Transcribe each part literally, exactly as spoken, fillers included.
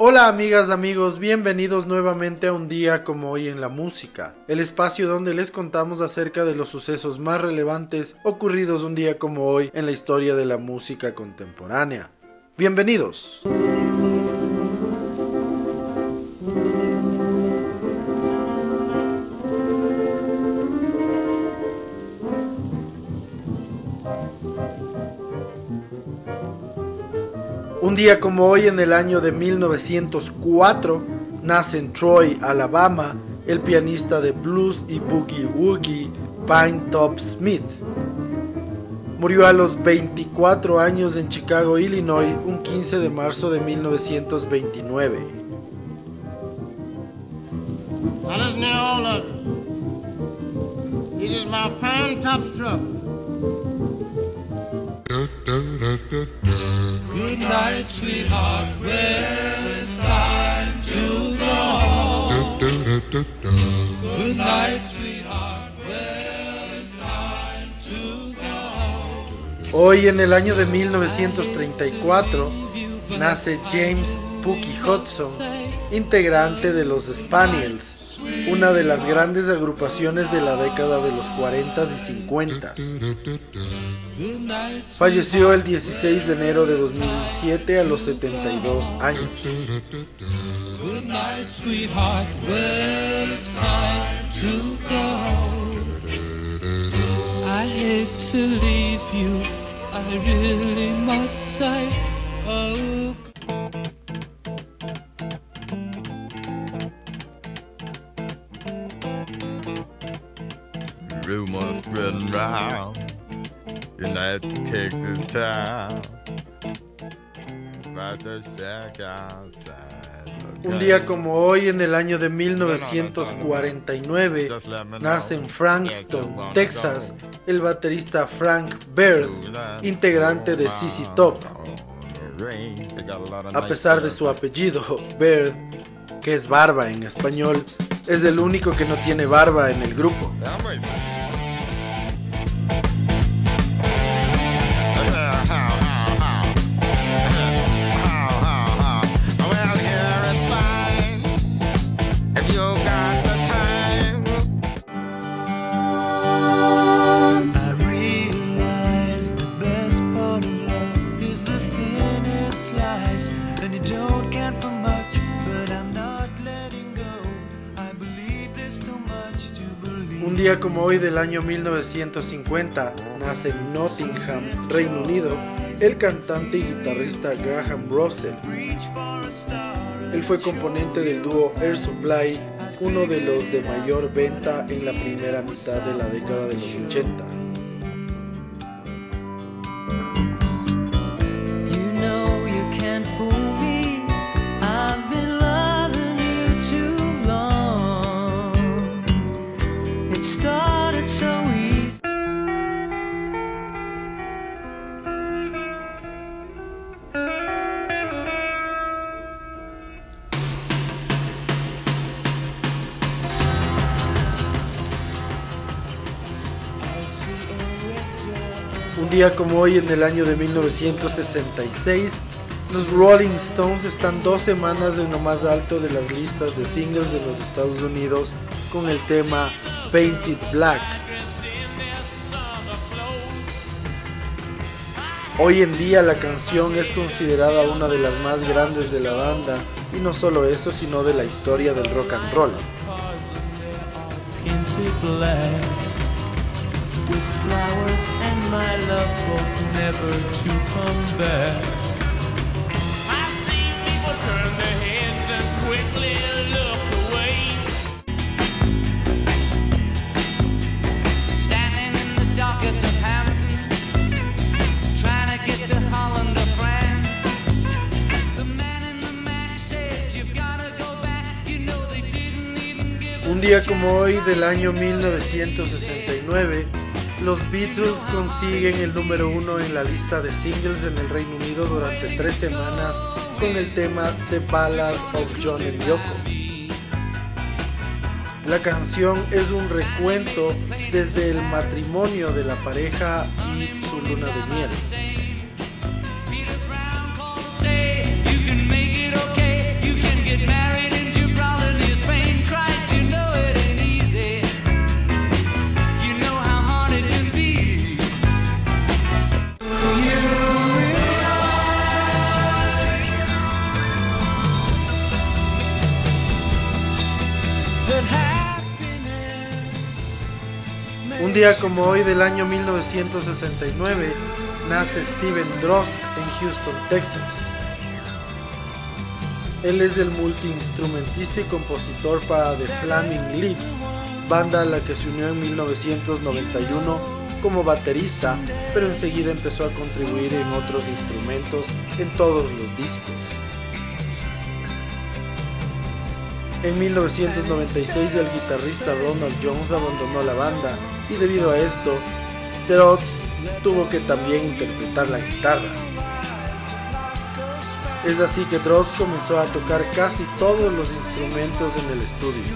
Hola amigas, amigos, bienvenidos nuevamente a un día como hoy en la música, el espacio donde les contamos acerca de los sucesos más relevantes ocurridos un día como hoy en la historia de la música contemporánea. Bienvenidos. Un día como hoy en el año de mil novecientos cuatro nace en Troy, Alabama, el pianista de blues y boogie woogie Pinetop Smith. Murió a los veinticuatro años en Chicago, Illinois, un quince de marzo de mil novecientos veintinueve. Good night, sweetheart. Well, it's time to go. Good night, sweetheart. Well, it's time to go. Hoy en el año de mil novecientos treinta y cuatro nace James Pookie Hudson, integrante de los Spaniels, una de las grandes agrupaciones de la década de los cuarenta y cincuenta. Falleció el dieciséis de enero de dos mil siete a los setenta y dos años. Good night, sweetheart. Well, it's time to go. I hate to leave you. I really must say, oh. Rumors spreading round in that Texas town about the shack outside. Un día como hoy en el año de mil novecientos cuarenta y nueve nace en Frankston, Texas, el baterista Frank Beard, integrante de Z Z Top. A pesar de su apellido, Beard, que es barba en español, es el único que no tiene barba en el grupo. Un día como hoy del año mil novecientos cincuenta nace en Nottingham, Reino Unido, el cantante y guitarrista Graham Russell. Él fue componente del dúo Air Supply, uno de los de mayor venta en la primera mitad de la década de los ochenta. Un día como hoy en el año de mil novecientos sesenta y seis, los Rolling Stones están dos semanas en lo más alto de las listas de singles de los Estados Unidos con el tema Painted Black. Hoy en día la canción es considerada una de las más grandes de la banda, y no solo eso, sino de la historia del rock and roll. Flowers and my love both never to come back. I see people turn their heads and quickly look away. Standing in the dockets of Hampton, trying to get to Holland or France. The man in the Mac said you've gotta go back. You know they didn't even give. Un día como hoy del año mil novecientos sesenta y nueve, los Beatles consiguen el número uno en la lista de singles en el Reino Unido durante tres semanas con el tema The Ballad of John and Yoko. La canción es un recuento desde el matrimonio de la pareja y su luna de miel. Un día como hoy del año mil novecientos sesenta y nueve nace Steven Drozd en Houston, Texas. Él es el multiinstrumentista y compositor para The Flaming Lips, banda a la que se unió en mil novecientos noventa y uno como baterista, pero enseguida empezó a contribuir en otros instrumentos en todos los discos. En mil novecientos noventa y seis el guitarrista Ronald Jones abandonó la banda y debido a esto, Drozd tuvo que también interpretar la guitarra. Es así que Drozd comenzó a tocar casi todos los instrumentos en el estudio.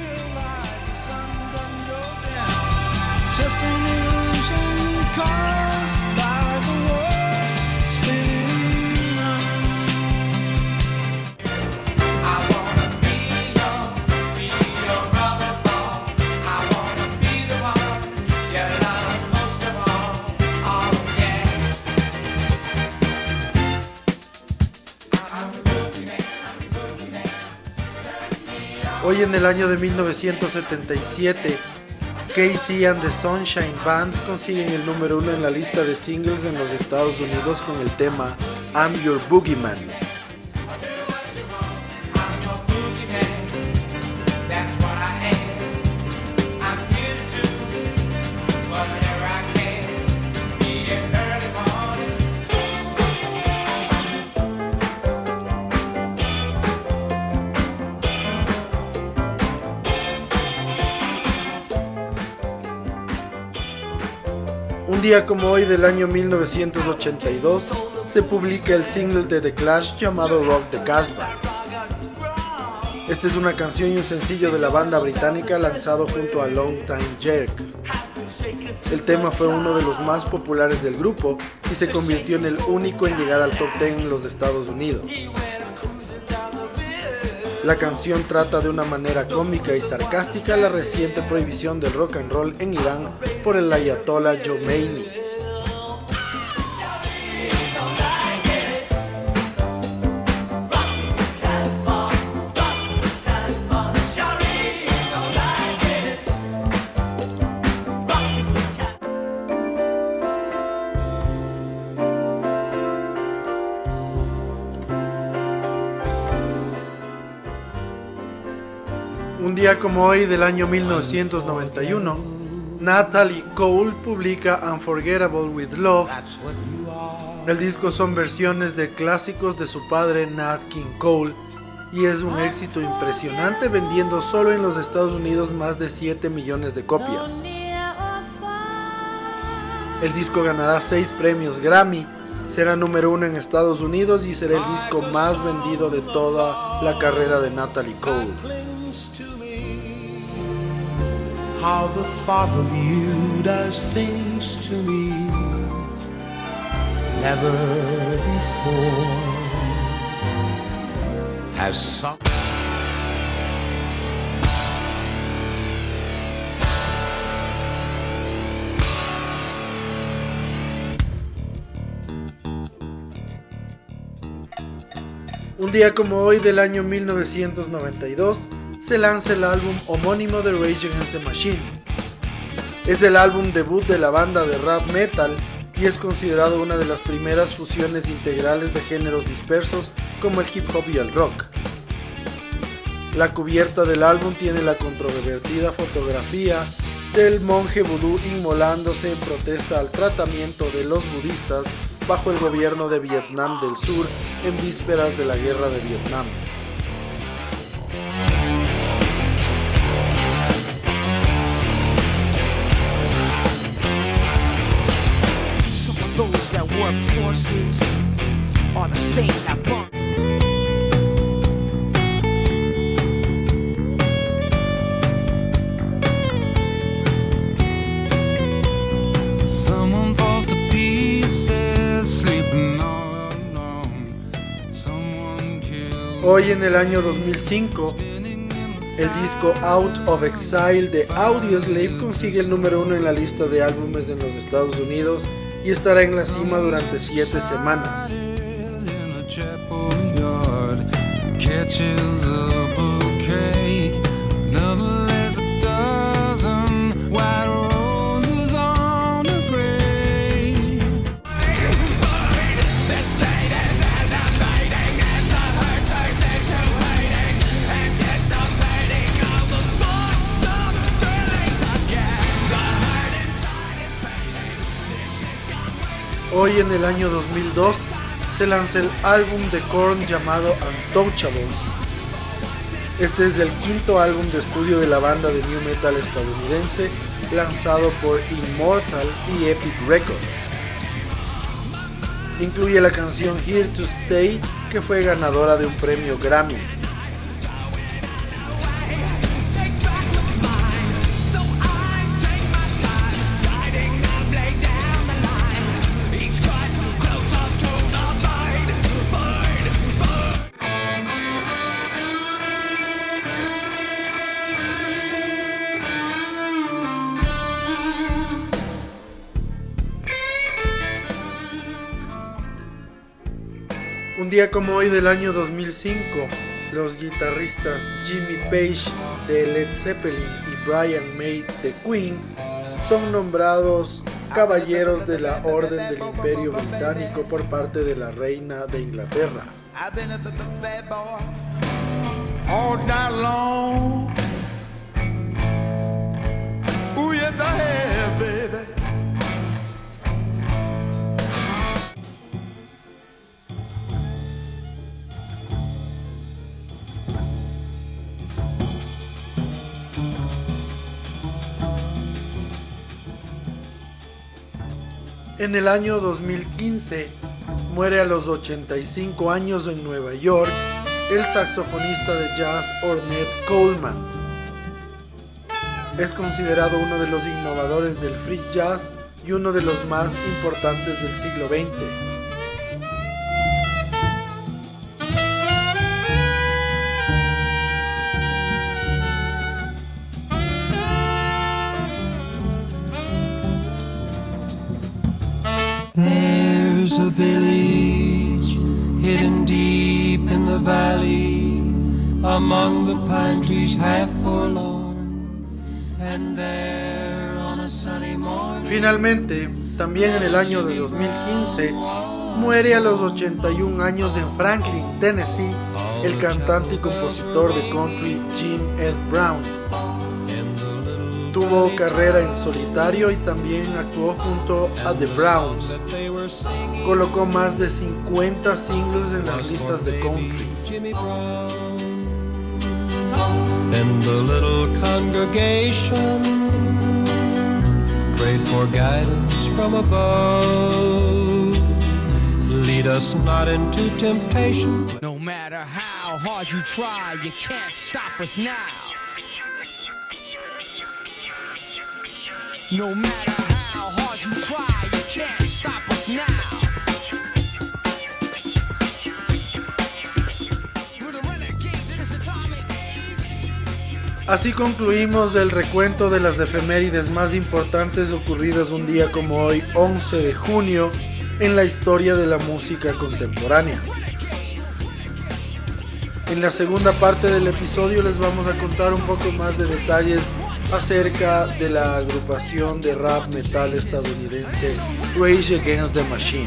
Hoy en el año de mil novecientos setenta y siete, Casey and the Sunshine Band consiguen el número uno en la lista de singles en los Estados Unidos con el tema I'm Your Boogeyman. Un día como hoy del año mil novecientos ochenta y dos se publica el single de The Clash llamado Rock the Casbah. Esta es una canción y un sencillo de la banda británica lanzado junto a Long Time Jerk. El tema fue uno de los más populares del grupo y se convirtió en el único en llegar al top diez en los Estados Unidos. La canción trata de una manera cómica y sarcástica la reciente prohibición del rock and roll en Irán por el ayatollah Khomeini. Un día como hoy del año mil novecientos noventa y uno, Natalie Cole publica Unforgettable with Love. El disco son versiones de clásicos de su padre Nat King Cole y es un éxito impresionante, vendiendo solo en los Estados Unidos más de siete millones de copias. El disco ganará seis premios Grammy, será número uno en Estados Unidos y será el disco más vendido de toda la carrera de Natalie Cole. How the thought of you does things to me never before has some. Un día como hoy del año mil novecientos noventa y dos se lanza el álbum homónimo de Rage Against the Machine. Es el álbum debut de la banda de rap metal y es considerado una de las primeras fusiones integrales de géneros dispersos como el hip hop y el rock. La cubierta del álbum tiene la controvertida fotografía del monje vudú inmolándose en protesta al tratamiento de los budistas bajo el gobierno de Vietnam del Sur en vísperas de la guerra de Vietnam. Those that work forces are the same that burn. Someone falls to pieces, sleeping all alone. Someone kills. Hoy en el año dos mil cinco, el disco Out of Exile de Audioslave consigue el número uno en la lista de álbumes en los Estados Unidos y estará en la cima durante siete semanas. Hoy en el año dos mil dos se lanza el álbum de Korn llamado Untouchables. Este es el quinto álbum de estudio de la banda de new metal estadounidense, lanzado por Immortal y Epic Records. Incluye la canción Here to Stay, que fue ganadora de un premio Grammy. Un día como hoy del año dos mil cinco, los guitarristas Jimmy Page de Led Zeppelin y Brian May de Queen son nombrados caballeros de la Orden del Imperio Británico por parte de la Reina de Inglaterra. En el año dos mil quince muere a los ochenta y cinco años en Nueva York el saxofonista de jazz Ornette Coleman. Es considerado uno de los innovadores del free jazz y uno de los más importantes del siglo veinte. There's a village hidden deep in the valley, among the pine trees half forlorn, and there on a sunny morning. Finalmente, también en el año de dos mil quince, muere a los ochenta y un años en Franklin, Tennessee, el cantante y compositor de country Jim Ed Brown. Tuvo carrera en solitario y también actuó junto a The Browns. Colocó más de cincuenta singles en las listas de country. Then the little congregation prayed for guidance from above. Lead us not into temptation. No matter how hard you try, you can't stop us now. No matter how hard you try, you can't stop us now. We're the renegades in this atomic age. Así concluimos el recuento de las efemérides más importantes ocurridas un día como hoy, once de junio, en la historia de la música contemporánea. En la segunda parte del episodio les vamos a contar un poco más de detalles acerca de la agrupación de rap metal estadounidense Rage Against the Machine.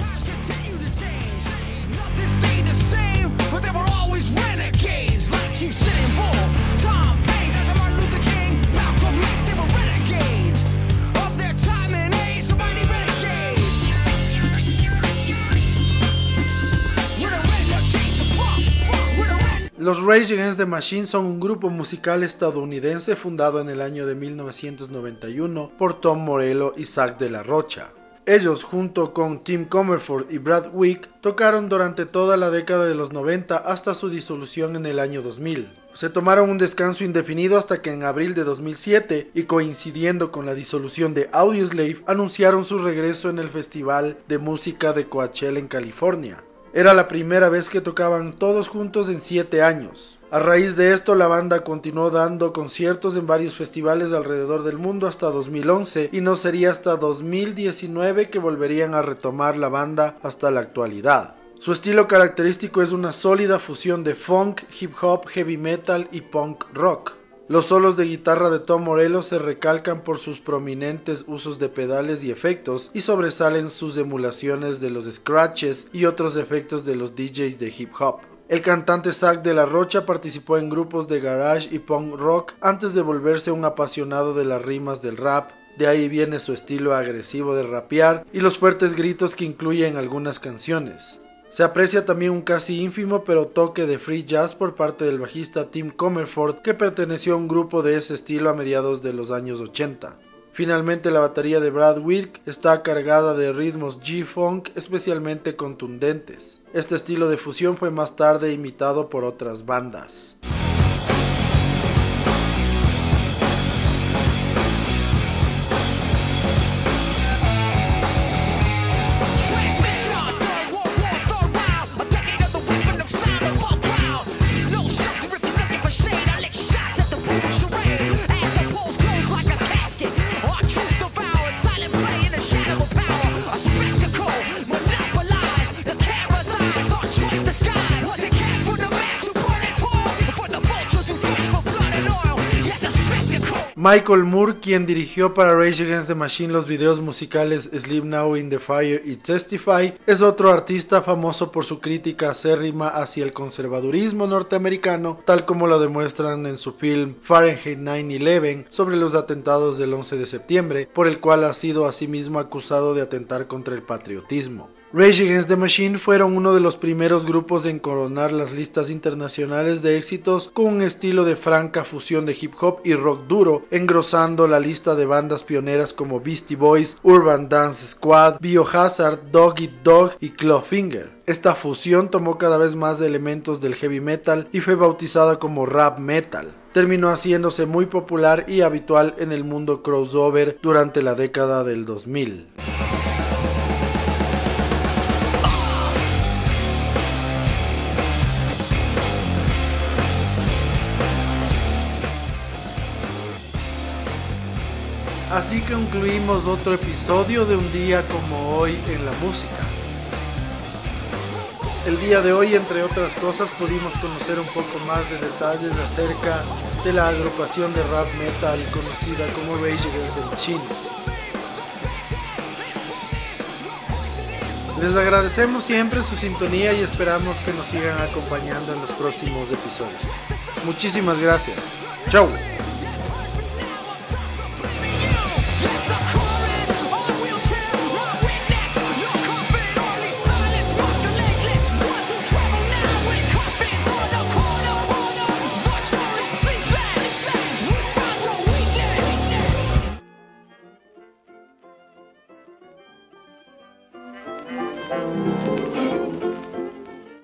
Los Rage Against the Machine son un grupo musical estadounidense fundado en el año de mil novecientos noventa y uno por Tom Morello y Zack de la Rocha. Ellos, junto con Tim Comerford y Brad Wick, tocaron durante toda la década de los noventa hasta su disolución en el año dos mil. Se tomaron un descanso indefinido hasta que en abril de dos mil siete, y coincidiendo con la disolución de Audioslave, anunciaron su regreso en el Festival de Música de Coachella en California. Era la primera vez que tocaban todos juntos en siete años. A raíz de esto, la banda continuó dando conciertos en varios festivales alrededor del mundo hasta dos mil once, y no sería hasta dos mil diecinueve que volverían a retomar la banda hasta la actualidad. Su estilo característico es una sólida fusión de funk, hip hop, heavy metal y punk rock. Los solos de guitarra de Tom Morello se recalcan por sus prominentes usos de pedales y efectos, y sobresalen sus emulaciones de los scratches y otros efectos de los D Js de hip hop. El cantante Zack de la Rocha participó en grupos de garage y punk rock antes de volverse un apasionado de las rimas del rap de ahí viene su estilo agresivo de rapear y los fuertes gritos que incluye en algunas canciones. Se aprecia también un casi ínfimo pero toque de free jazz por parte del bajista Tim Comerford, que perteneció a un grupo de ese estilo a mediados de los años ochenta. Finalmente, la batería de Brad Wilk está cargada de ritmos G-Funk especialmente contundentes. Este estilo de fusión fue más tarde imitado por otras bandas. Michael Moore, quien dirigió para Rage Against the Machine los videos musicales Sleep Now in the Fire y Testify, es otro artista famoso por su crítica acérrima hacia el conservadurismo norteamericano, tal como lo demuestran en su film Fahrenheit nueve once sobre los atentados del once de septiembre, por el cual ha sido asimismo acusado de atentar contra el patriotismo. Rage Against the Machine fueron uno de los primeros grupos en coronar las listas internacionales de éxitos con un estilo de franca fusión de hip hop y rock duro, engrosando la lista de bandas pioneras como Beastie Boys, Urban Dance Squad, Biohazard, Dog Eat Dog y Clawfinger. Esta fusión tomó cada vez más de elementos del heavy metal y fue bautizada como rap metal. Terminó haciéndose muy popular y habitual en el mundo crossover durante la década del dos mil. Así que concluimos otro episodio de Un Día Como Hoy en la Música. El día de hoy, entre otras cosas, pudimos conocer un poco más de detalles acerca de la agrupación de rap metal conocida como Rage Against the Machine. Les agradecemos siempre su sintonía y esperamos que nos sigan acompañando en los próximos episodios. Muchísimas gracias. Chau.